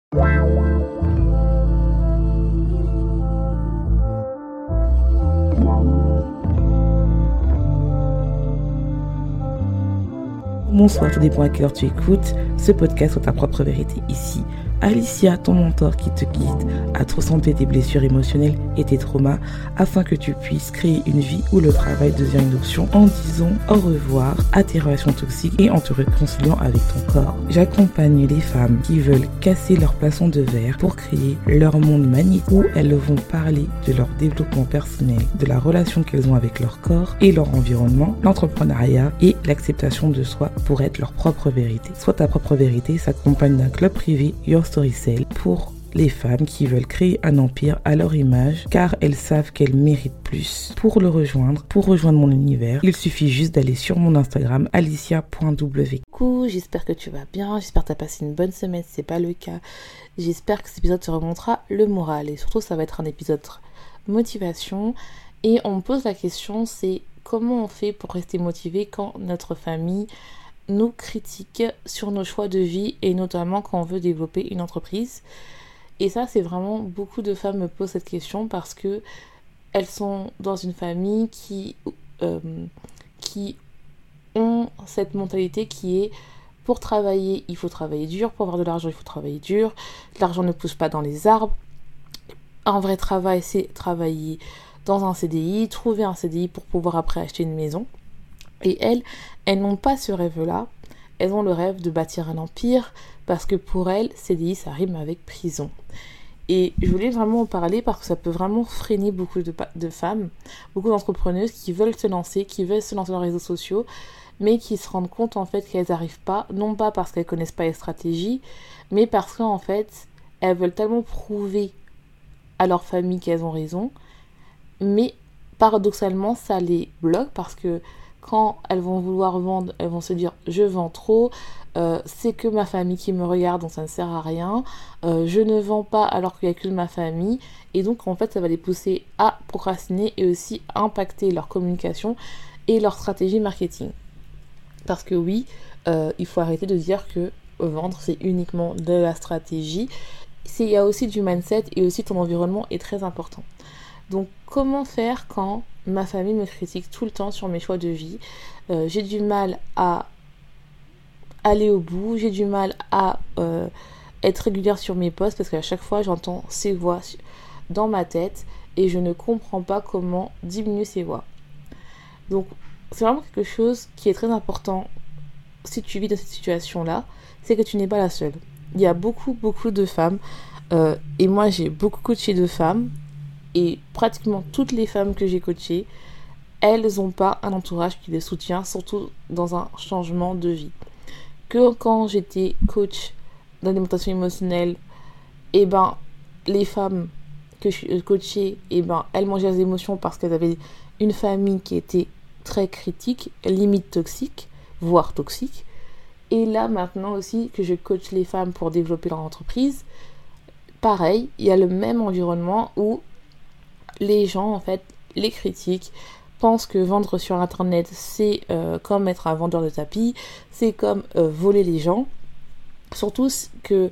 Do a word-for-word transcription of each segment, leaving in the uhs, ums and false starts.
Bonsoir, tout dépend à quelle heure tu écoutes ce podcast sur ta propre vérité. Ici, Alicia, ton mentor qui te guide à transcender tes blessures émotionnelles et tes traumas afin que tu puisses créer une vie où le travail devient une option en disant au revoir à tes relations toxiques et en te réconciliant avec ton corps. J'accompagne les femmes qui veulent casser leur plafond de verre pour créer leur monde magnétique où elles vont parler de leur développement personnel, de la relation qu'elles ont avec leur corps et leur environnement, l'entrepreneuriat et l'acceptation de soi pour être leur propre vérité. Soit ta propre vérité s'accompagne d'un club privé Your Story Cell pour les femmes qui veulent créer un empire à leur image car elles savent qu'elles méritent plus. Pour le rejoindre, pour rejoindre mon univers, il suffit juste d'aller sur mon Instagram alicia point w. Coucou, j'espère que tu vas bien, j'espère que tu as passé une bonne semaine si c'est pas le cas. J'espère que cet épisode te remontera le moral et surtout ça va être un épisode motivation et on me pose la question, c'est comment on fait pour rester motivé quand notre famille nous critique sur nos choix de vie et notamment quand on veut développer une entreprise. Et ça, c'est vraiment, beaucoup de femmes me posent cette question parce que elles sont dans une famille qui, euh, qui ont cette mentalité qui est pour travailler, il faut travailler dur, pour avoir de l'argent, il faut travailler dur, l'argent ne pousse pas dans les arbres. Un vrai travail, c'est travailler dans un C D I, trouver un C D I pour pouvoir après acheter une maison. Et elles, elles n'ont pas ce rêve-là. Elles ont le rêve de bâtir un empire parce que pour elles, C D I, ça rime avec prison. Et je voulais vraiment en parler parce que ça peut vraiment freiner beaucoup de, de femmes, beaucoup d'entrepreneuses qui veulent se lancer, qui veulent se lancer dans les réseaux sociaux, mais qui se rendent compte en fait qu'elles n'arrivent pas, non pas parce qu'elles ne connaissent pas les stratégies, mais parce qu'en fait, elles veulent tellement prouver à leur famille qu'elles ont raison, mais paradoxalement, ça les bloque parce que quand elles vont vouloir vendre, elles vont se dire « je vends trop, euh, c'est que ma famille qui me regarde, donc ça ne sert à rien, euh, je ne vends pas alors qu'il n'y a que ma famille ». Et donc en fait, ça va les pousser à procrastiner et aussi à impacter leur communication et leur stratégie marketing. Parce que oui, euh, il faut arrêter de dire que vendre, c'est uniquement de la stratégie. C'est, il y a aussi du mindset et aussi ton environnement est très important. Donc comment faire quand ma famille me critique tout le temps sur mes choix de vie, euh, j'ai du mal à aller au bout, j'ai du mal à euh, être régulière sur mes posts parce qu'à chaque fois j'entends ces voix dans ma tête et je ne comprends pas comment diminuer ces voix. Donc c'est vraiment quelque chose qui est très important si tu vis dans cette situation-là, c'est que tu n'es pas la seule. Il y a beaucoup beaucoup de femmes euh, et moi j'ai beaucoup coaché de femmes. Et pratiquement toutes les femmes que j'ai coachées, elles n'ont pas un entourage qui les soutient, surtout dans un changement de vie. Que quand j'étais coach d'alimentation émotionnelle, et ben, les femmes que je coachais, et ben, elles mangeaient les émotions parce qu'elles avaient une famille qui était très critique, limite toxique, voire toxique. Et là, maintenant aussi, que je coach les femmes pour développer leur entreprise, pareil, il y a le même environnement où les gens, en fait, les critiques, pensent que vendre sur Internet, c'est euh, comme être un vendeur de tapis, c'est comme euh, voler les gens. Surtout que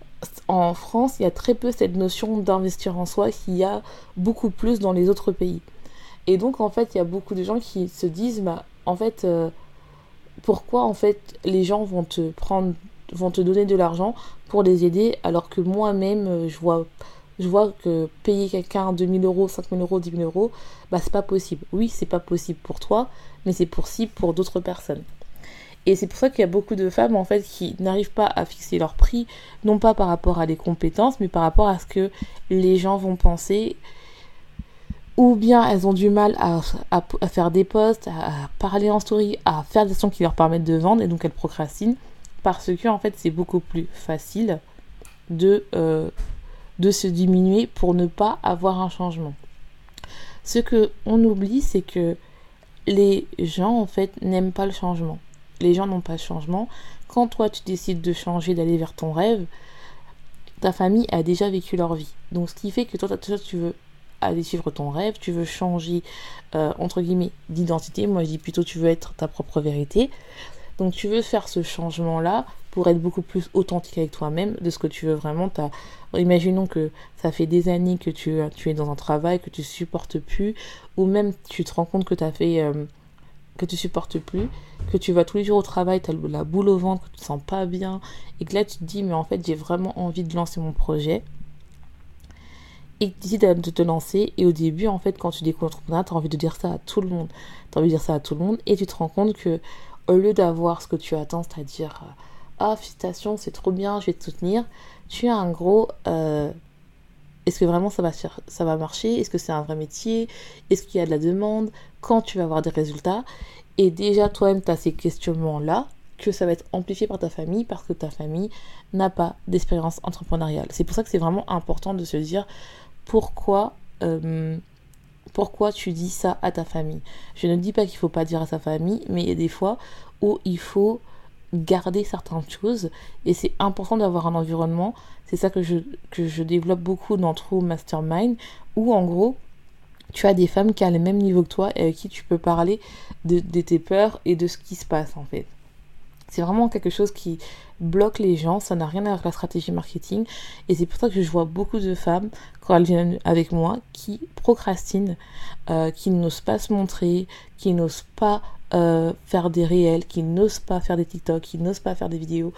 en France, il y a très peu cette notion d'investir en soi qu'il y a beaucoup plus dans les autres pays. Et donc, en fait, il y a beaucoup de gens qui se disent, bah, en fait, euh, pourquoi, en fait, les gens vont te prendre, vont te donner de l'argent pour les aider, alors que moi-même, euh, je vois... Je vois que payer quelqu'un deux mille euros, cinq mille euros, dix mille euros, bah c'est pas possible. Oui, c'est pas possible pour toi, mais c'est possible pour d'autres personnes. Et c'est pour ça qu'il y a beaucoup de femmes en fait qui n'arrivent pas à fixer leur prix, non pas par rapport à des compétences, mais par rapport à ce que les gens vont penser. Ou bien elles ont du mal à, à, à faire des posts, à, à parler en story, à faire des actions qui leur permettent de vendre, et donc elles procrastinent parce que en fait c'est beaucoup plus facile de euh, de se diminuer pour ne pas avoir un changement. Ce que on oublie, c'est que les gens en fait n'aiment pas le changement. Les gens n'ont pas le changement. Quand toi tu décides de changer, d'aller vers ton rêve, ta famille a déjà vécu leur vie. Donc ce qui fait que toi, toi tu veux aller suivre ton rêve, tu veux changer euh, entre guillemets d'identité. Moi je dis plutôt tu veux être ta propre vérité. Donc tu veux faire ce changement là pour être beaucoup plus authentique avec toi-même de ce que tu veux vraiment. T'as... Imaginons que ça fait des années que tu, tu es dans un travail que tu supportes plus, ou même tu te rends compte que tu as fait... Euh, que tu supportes plus, que tu vas tous les jours au travail, tu as la boule au ventre, que tu te sens pas bien, et que là tu te dis mais en fait j'ai vraiment envie de lancer mon projet, et que tu décides de te lancer, et au début en fait quand tu découvres l'entrepreneuriat, tu as envie de dire ça à tout le monde, tu as envie de dire ça à tout le monde, et tu te rends compte que au lieu d'avoir ce que tu attends, c'est-à-dire ah félicitations c'est trop bien, je vais te soutenir, tu as un gros euh, est-ce que vraiment ça va, faire, ça va marcher? Est-ce que c'est un vrai métier? Est-ce qu'il y a de la demande? Quand tu vas avoir des résultats? Et déjà, toi-même, tu as ces questionnements-là, que ça va être amplifié par ta famille, parce que ta famille n'a pas d'expérience entrepreneuriale. C'est pour ça que c'est vraiment important de se dire pourquoi, euh, pourquoi tu dis ça à ta famille. Je ne dis pas qu'il ne faut pas dire à sa famille, mais il y a des fois où il faut garder certaines choses, et c'est important d'avoir un environnement. C'est ça que je, que je développe beaucoup dans True Mastermind, où en gros tu as des femmes qui ont le même niveau que toi et avec qui tu peux parler de, de tes peurs et de ce qui se passe en fait. C'est vraiment quelque chose qui bloque les gens, ça n'a rien à voir avec la stratégie marketing, et c'est pour ça que je vois beaucoup de femmes quand elles viennent avec moi qui procrastinent, euh, qui n'osent pas se montrer, qui n'osent pas euh, faire des réels, qui n'osent pas faire des TikTok, qui n'osent pas faire des vidéos,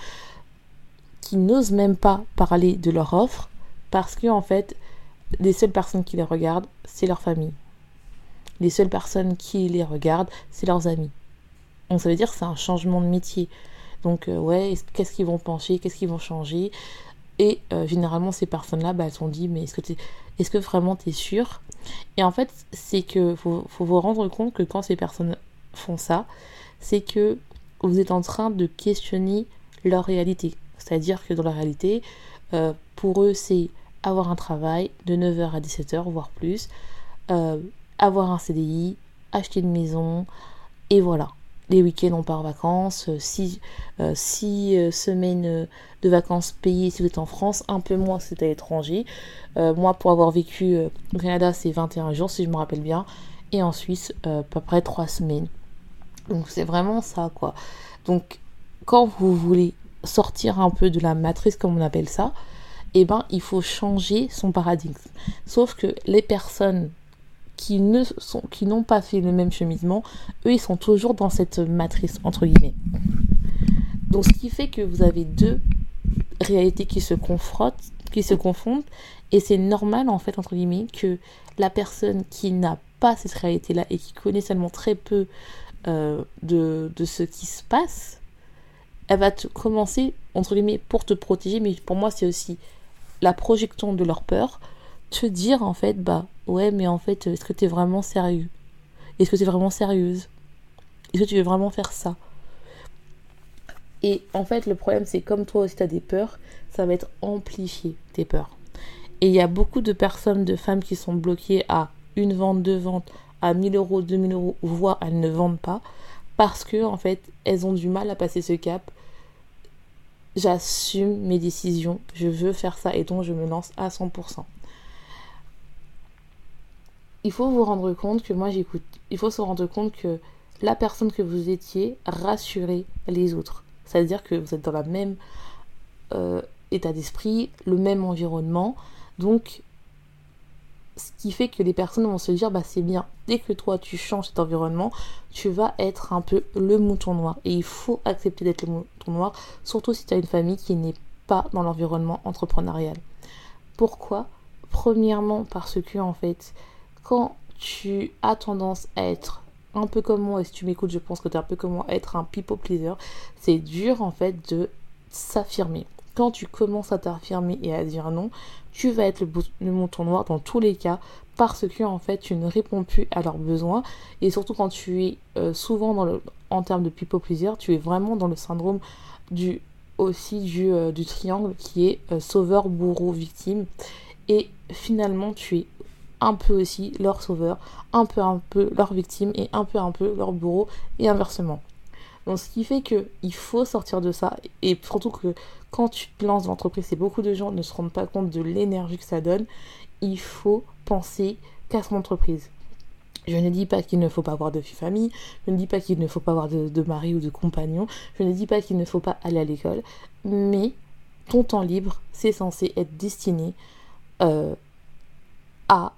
qui n'osent même pas parler de leur offre, parce que en fait les seules personnes qui les regardent c'est leur famille, les seules personnes qui les regardent c'est leurs amis. Donc ça veut dire que c'est un changement de métier. Donc euh, ouais, qu'est-ce qu'ils vont penser, qu'est-ce qu'ils vont changer? Et euh, généralement ces personnes-là, bah, elles sont dit mais est-ce que, t'es, est-ce que vraiment t'es sûre? Et en fait, c'est que faut, faut vous rendre compte que quand ces personnes font ça, c'est que vous êtes en train de questionner leur réalité. C'est-à-dire que dans la réalité, euh, pour eux, c'est avoir un travail de neuf heures à dix-sept heures, voire plus, euh, avoir un C D I, acheter une maison, et voilà. Les week-ends, on part en vacances, six, euh, six euh, semaines de vacances payées si vous êtes en France, un peu moins si vous êtes à l'étranger. Euh, moi, pour avoir vécu euh, au Canada, c'est vingt et un jours, si je me rappelle bien, et en Suisse, euh, à peu près trois semaines. Donc, c'est vraiment ça, quoi. Donc, quand vous voulez sortir un peu de la matrice, comme on appelle ça, eh ben, il faut changer son paradigme. Sauf que les personnes qui ne sont, qui n'ont pas fait le même cheminement, eux, ils sont toujours dans cette matrice, entre guillemets. Donc, ce qui fait que vous avez deux réalités qui se confrontent, qui se confondent, et c'est normal, en fait, entre guillemets, que la personne qui n'a pas cette réalité-là et qui connaît seulement très peu euh, de, de ce qui se passe, elle va te commencer, entre guillemets, pour te protéger, mais pour moi, c'est aussi la projection de leur peur, te dire, en fait, bah, ouais, mais en fait, est-ce que tu es vraiment sérieux? Est-ce que tu es vraiment sérieuse? Est-ce que tu veux vraiment faire ça? Et en fait, le problème, c'est comme toi aussi, tu as des peurs, ça va être amplifié, tes peurs. Et il y a beaucoup de personnes, de femmes qui sont bloquées à une vente, deux ventes, à mille euros, deux mille euros, voire elles ne vendent pas, parce que, en fait, elles ont du mal à passer ce cap. J'assume mes décisions, je veux faire ça, et donc je me lance à cent pour cent. Il faut vous rendre compte que, moi j'écoute, il faut se rendre compte que la personne que vous étiez rassurait les autres. C'est-à-dire que vous êtes dans le même euh, état d'esprit, le même environnement. Donc, ce qui fait que les personnes vont se dire, bah c'est bien, dès que toi tu changes cet environnement, tu vas être un peu le mouton noir. Et il faut accepter d'être le mouton noir, surtout si tu as une famille qui n'est pas dans l'environnement entrepreneurial. Pourquoi ? Premièrement, parce que en fait, quand tu as tendance à être un peu comme moi, et si tu m'écoutes, je pense que tu es un peu comme moi, à être un people pleaser, c'est dur en fait de s'affirmer. Quand tu commences à t'affirmer et à dire non, tu vas être le, le mouton noir dans tous les cas, parce que en fait tu ne réponds plus à leurs besoins, et surtout quand tu es euh, souvent dans le, en termes de people pleaser, tu es vraiment dans le syndrome du aussi du, euh, du triangle qui est euh, sauveur, bourreau, victime, et finalement tu es un peu aussi leur sauveur, un peu un peu leur victime et un peu un peu leur bourreau, et inversement. Donc ce qui fait que il faut sortir de ça, et surtout que quand tu te lances dans l'entreprise, et beaucoup de gens ne se rendent pas compte de l'énergie que ça donne, il faut penser qu'à son entreprise. Je ne dis pas qu'il ne faut pas avoir de famille, je ne dis pas qu'il ne faut pas avoir de, de mari ou de compagnon, je ne dis pas qu'il ne faut pas aller à l'école, mais ton temps libre, c'est censé être destiné euh, à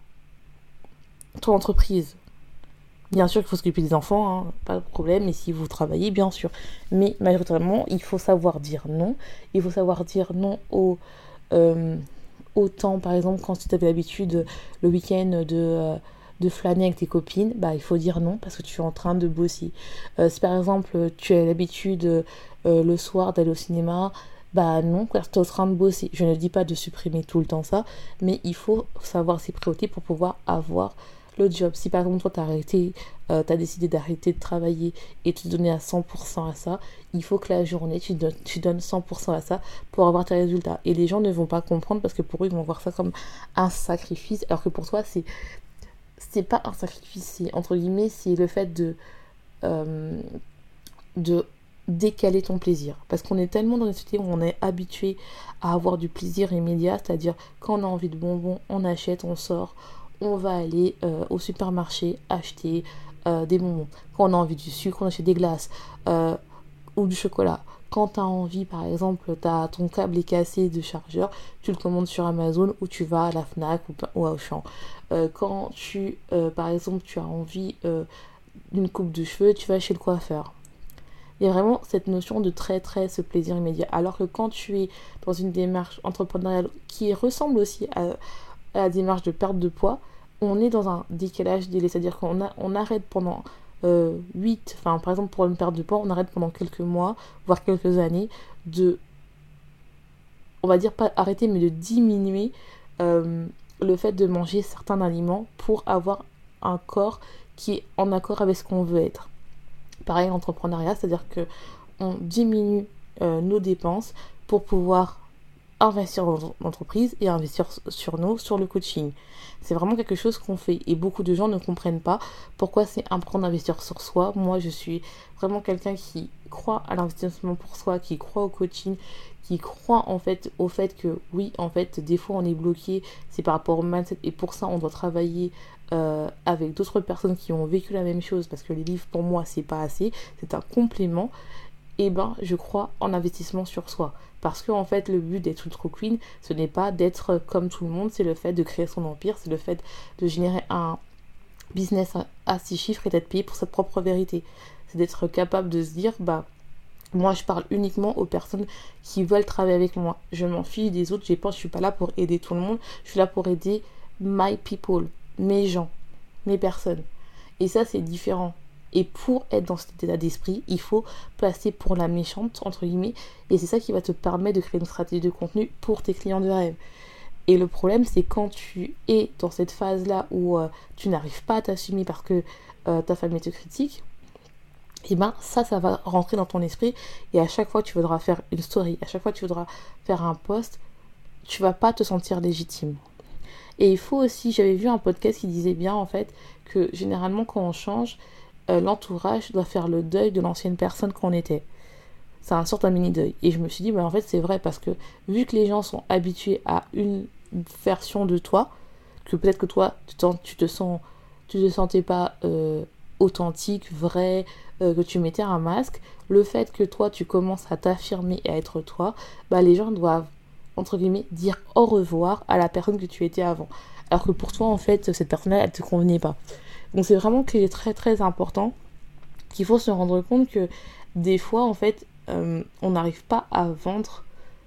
ton entreprise. Bien sûr qu'il faut s'occuper des enfants, hein, pas de problème, et si vous travaillez, bien sûr. Mais majoritairement, il faut savoir dire non. Il faut savoir dire non au, euh, au temps, par exemple, quand tu avais l'habitude le week-end de, euh, de flâner avec tes copines, bah, il faut dire non parce que tu es en train de bosser. Euh, si par exemple, tu as l'habitude euh, le soir d'aller au cinéma, bah non, car tu es en train de bosser. Je ne dis pas de supprimer tout le temps ça, mais il faut savoir ses priorités pour pouvoir avoir le job. Si par exemple toi t'as arrêté, euh, t'as décidé d'arrêter de travailler et de te donner à cent pour cent à ça, il faut que la journée tu donnes, tu donnes cent pour cent à ça pour avoir tes résultats. Et les gens ne vont pas comprendre parce que pour eux ils vont voir ça comme un sacrifice, alors que pour toi c'est c'est pas un sacrifice, c'est entre guillemets c'est le fait de euh, de décaler ton plaisir, parce qu'on est tellement dans une société où on est habitué à avoir du plaisir immédiat, c'est-à-dire quand on a envie de bonbons on achète, on sort, on va aller euh, au supermarché acheter euh, des bonbons. Quand on a envie du sucre, on achète des glaces euh, ou du chocolat. Quand tu as envie, par exemple, t'as, ton câble est cassé de chargeur, tu le commandes sur Amazon ou tu vas à la Fnac ou, ou à Auchan. Euh, quand tu, euh, par exemple, tu as envie euh, d'une coupe de cheveux, tu vas chez le coiffeur. Il y a vraiment cette notion de très très ce plaisir immédiat. Alors que quand tu es dans une démarche entrepreneuriale qui ressemble aussi à, à la démarche de perte de poids, on est dans un décalage délai, c'est-à-dire qu'on a, on arrête pendant euh, huit, enfin par exemple pour une perte de poids, on arrête pendant quelques mois, voire quelques années, de, on va dire pas arrêter, mais de diminuer euh, le fait de manger certains aliments pour avoir un corps qui est en accord avec ce qu'on veut être. Pareil en entrepreneuriat, c'est-à-dire qu'on diminue euh, nos dépenses pour pouvoir investir dans l'entreprise et investir sur nous, sur le coaching. C'est vraiment quelque chose qu'on fait et beaucoup de gens ne comprennent pas pourquoi c'est important d'investir sur soi. Moi, je suis vraiment quelqu'un qui croit à l'investissement pour soi, qui croit au coaching, qui croit en fait au fait que oui, en fait, des fois on est bloqué, c'est par rapport au mindset et pour ça on doit travailler euh, avec d'autres personnes qui ont vécu la même chose parce que les livres pour moi c'est pas assez, c'est un complément. Et ben je crois en investissement sur soi. Parce que en fait le but d'être Ultra Queen, ce n'est pas d'être comme tout le monde, c'est le fait de créer son empire, c'est le fait de générer un business à six chiffres et d'être payé pour sa propre vérité. C'est d'être capable de se dire, bah moi je parle uniquement aux personnes qui veulent travailler avec moi. Je m'en fiche des autres, j'ai pas, je suis pas là pour aider tout le monde, je suis là pour aider my people, mes gens, mes personnes. Et ça c'est différent. Et pour être dans cet état d'esprit, il faut passer pour la méchante, entre guillemets. Et c'est ça qui va te permettre de créer une stratégie de contenu pour tes clients de rêve. Et le problème, c'est quand tu es dans cette phase-là où euh, tu n'arrives pas à t'assumer parce que euh, ta famille te critique, et ben ça, ça va rentrer dans ton esprit. Et à chaque fois que tu voudras faire une story, à chaque fois que tu voudras faire un post, tu vas pas te sentir légitime. Et il faut aussi, j'avais vu un podcast qui disait bien en fait que généralement quand on change, Euh, l'entourage doit faire le deuil de l'ancienne personne qu'on était. C'est un sorte de mini-deuil. Et je me suis dit, bah, en fait, c'est vrai, parce que vu que les gens sont habitués à une version de toi, que peut-être que toi, tu, tu te sens, tu te sentais pas euh, authentique, vrai, euh, que tu mettais un masque, le fait que toi, tu commences à t'affirmer et à être toi, bah, les gens doivent, entre guillemets, dire au revoir à la personne que tu étais avant. Alors que pour toi, en fait, cette personne-là, elle te convenait pas. Donc c'est vraiment qu'il est très très important qu'il faut se rendre compte que des fois en fait euh, on n'arrive pas à vendre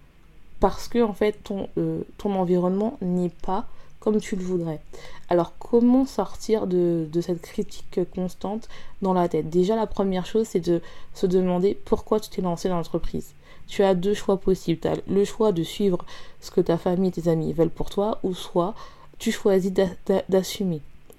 parce que en fait ton, euh, ton environnement n'est pas comme tu le voudrais. Alors comment sortir de, de cette critique constante dans la tête? Déjà la première chose c'est de se demander pourquoi tu t'es lancé dans l'entreprise. Tu as deux choix possibles. Tu as le choix de suivre ce que ta famille et tes amis veulent pour toi ou soit tu choisis d'a- d'a- d'assumer.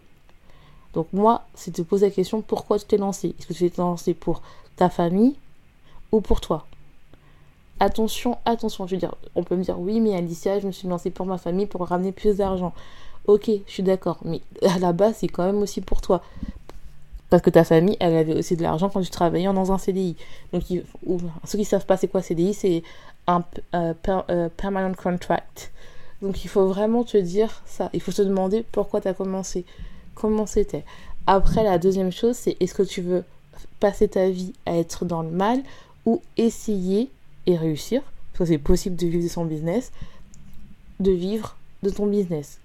Donc moi, c'est de te poser la question, pourquoi tu t'es lancé? Est-ce que tu t'es lancé pour ta famille ou pour toi? Attention, attention, je veux dire, on peut me dire, oui, mais Alicia, je me suis lancée pour ma famille pour ramener plus d'argent. Ok, je suis d'accord, mais à la base, c'est quand même aussi pour toi. Parce que ta famille, elle avait aussi de l'argent quand tu travaillais dans un C D I. Donc, il, ou, ceux qui ne savent pas c'est quoi C D I, c'est un euh, per, euh, permanent contract. Donc, il faut vraiment te dire ça. Il faut se demander pourquoi tu as commencé. Comment c'était. Après, la deuxième chose, c'est est-ce que tu veux passer ta vie à être dans le mal ou essayer et réussir, parce que c'est possible de vivre de son business, de vivre de ton business.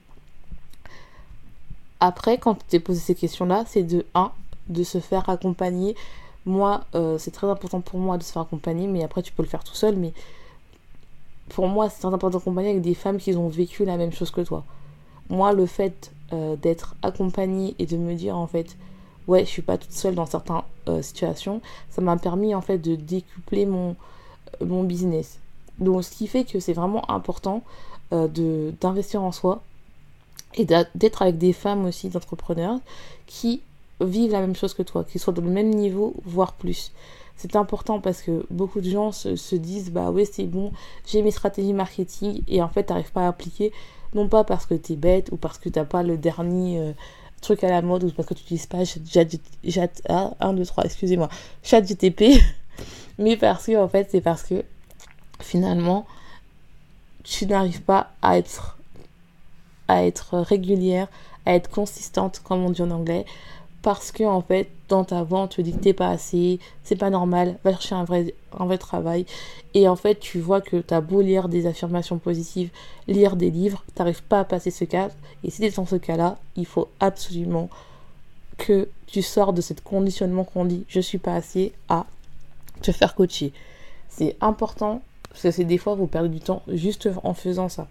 Après, quand tu t'es posé ces questions-là, c'est de un, de se faire accompagner. Moi, euh, c'est très important pour moi de se faire accompagner, mais après tu peux le faire tout seul, mais pour moi, c'est très important d'accompagner avec des femmes qui ont vécu la même chose que toi. Moi, le fait euh, d'être accompagnée et de me dire, en fait, ouais, je suis pas toute seule dans certaines euh, situations, ça m'a permis, en fait, de décupler mon, euh, mon business. Donc, ce qui fait que c'est vraiment important euh, de, d'investir en soi et d'être avec des femmes aussi, d'entrepreneurs, qui vivent la même chose que toi, qui soient dans le même niveau, voire plus. C'est important parce que beaucoup de gens se, se disent, bah ouais, c'est bon, j'ai mes stratégies marketing, et en fait, t'arrives pas à appliquer, non pas parce que t'es bête, ou parce que t'as pas le dernier euh, truc à la mode, ou parce que tu n'utilises pas un, deux, trois, excusez-moi, ChatGPT, mais parce que, en fait, c'est parce que, finalement, tu n'arrives pas à être, à être régulière, à être consistante, comme on dit en anglais, parce que, en fait, dans ta voix, on te dit que t'es pas assez, c'est pas normal, va chercher un vrai, un vrai travail. Et en fait, tu vois que t'as beau lire des affirmations positives, lire des livres, t'arrives pas à passer ce cap. Et si t'es dans ce cas-là, il faut absolument que tu sors de ce conditionnement qu'on dit, je suis pas assez, à te faire coacher. C'est important, parce que c'est des fois, vous perdez du temps juste en faisant ça.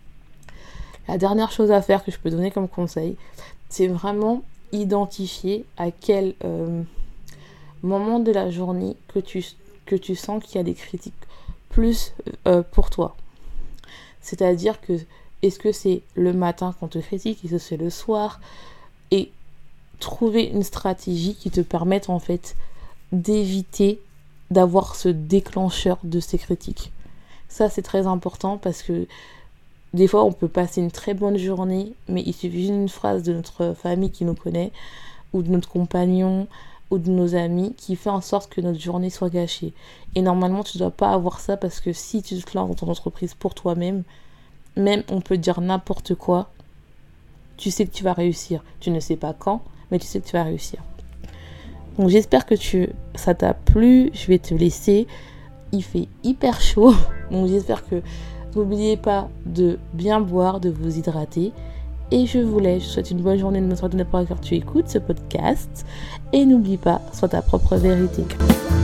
La dernière chose à faire que je peux donner comme conseil, c'est vraiment identifier à quel euh, moment de la journée que tu, que tu sens qu'il y a des critiques plus euh, pour toi. C'est-à-dire que est-ce que c'est le matin qu'on te critique, est-ce que c'est le soir, et trouver une stratégie qui te permette en fait d'éviter d'avoir ce déclencheur de ces critiques. Ça, c'est très important parce que des fois, on peut passer une très bonne journée, mais il suffit d'une phrase de notre famille qui nous connaît, ou de notre compagnon, ou de nos amis, qui fait en sorte que notre journée soit gâchée. Et normalement, tu ne dois pas avoir ça, parce que si tu te lances dans ton entreprise pour toi-même, même on peut dire n'importe quoi, tu sais que tu vas réussir. Tu ne sais pas quand, mais tu sais que tu vas réussir. Donc j'espère que tu, ça t'a plu. Je vais te laisser. Il fait hyper chaud. Donc j'espère que n'oubliez pas de bien boire, de vous hydrater. Et je vous laisse. Je vous souhaite une bonne journée, une bonne soirée, de n'importe quand tu écoutes ce podcast. Et n'oublie pas, sois ta propre vérité.